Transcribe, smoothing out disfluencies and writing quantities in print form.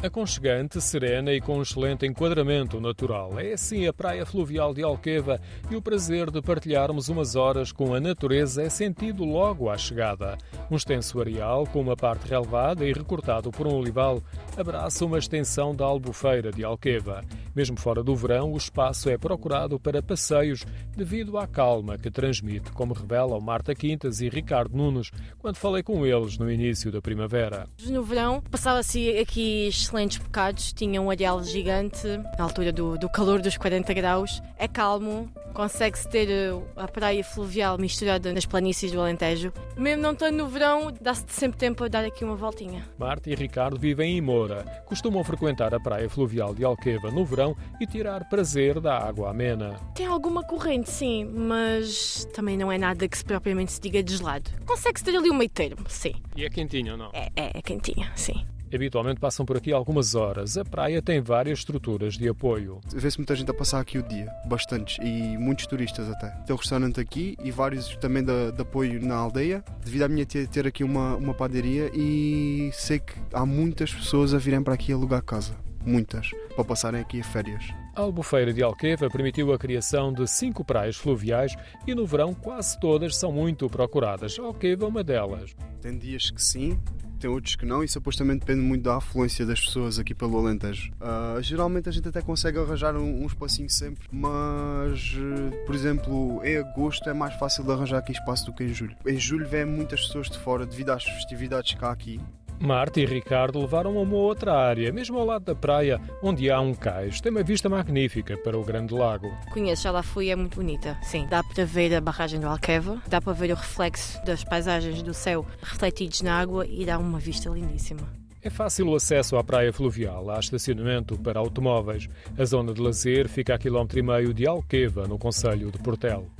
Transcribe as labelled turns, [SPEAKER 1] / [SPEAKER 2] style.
[SPEAKER 1] Aconchegante, serena e com um excelente enquadramento natural. É assim a Praia Fluvial de Alqueva e o prazer de partilharmos umas horas com a natureza é sentido logo à chegada. Um extenso areal com uma parte relevada e recortado por um olival abraça uma extensão da Albufeira de Alqueva. Mesmo fora do verão, o espaço é procurado para passeios devido à calma que transmite, como revelam Marta Quintas e Ricardo Nunes quando falei com eles no início da primavera.
[SPEAKER 2] No verão passava-se aqui excelentes bocados, tinha um areal gigante, na altura do calor dos 40 graus, é calmo, consegue-se ter a praia fluvial misturada nas planícies do Alentejo. Mesmo não estando no verão, dá-se sempre tempo a dar aqui uma voltinha.
[SPEAKER 1] Marta e Ricardo vivem em Moura, costumam frequentar a Praia Fluvial de Alqueva no verão e tirar prazer da água amena.
[SPEAKER 2] Tem alguma corrente, sim, mas também não é nada que propriamente se diga de gelado. Consegue-se ter ali um meio termo, sim.
[SPEAKER 1] E é quentinho ou não?
[SPEAKER 2] É quentinha, sim.
[SPEAKER 1] Habitualmente passam por aqui algumas horas. A praia tem várias estruturas de apoio.
[SPEAKER 3] Vê-se muita gente a passar aqui o dia, bastantes, e muitos turistas até. Tem um restaurante aqui e vários também de apoio na aldeia, devido à minha tia ter aqui uma padaria, e sei que há muitas pessoas a virem para aqui alugar casa. Muitas, para passarem aqui a férias.
[SPEAKER 1] A Albufeira de Alqueva permitiu a criação de 5 praias fluviais e no verão quase todas são muito procuradas. Alqueva é uma delas.
[SPEAKER 3] Tem dias que sim, tem outros que não, e supostamente depende muito da afluência das pessoas aqui pelo Alentejo. Geralmente a gente até consegue arranjar um espacinho sempre, mas, por exemplo, em agosto é mais fácil de arranjar aqui espaço do que em julho. Em julho vêm muitas pessoas de fora devido às festividades cá aqui.
[SPEAKER 1] Marta e Ricardo levaram a uma outra área, mesmo ao lado da praia, onde há um cais. Tem uma vista magnífica para o Grande Lago.
[SPEAKER 2] Conheço, já lá fui, é muito bonita. Sim, dá para ver a barragem do Alqueva, dá para ver o reflexo das paisagens do céu refletidos na água e dá uma vista lindíssima.
[SPEAKER 1] É fácil o acesso à praia fluvial, há estacionamento para automóveis. A zona de lazer fica a 1,5 km de Alqueva, no concelho de Portel.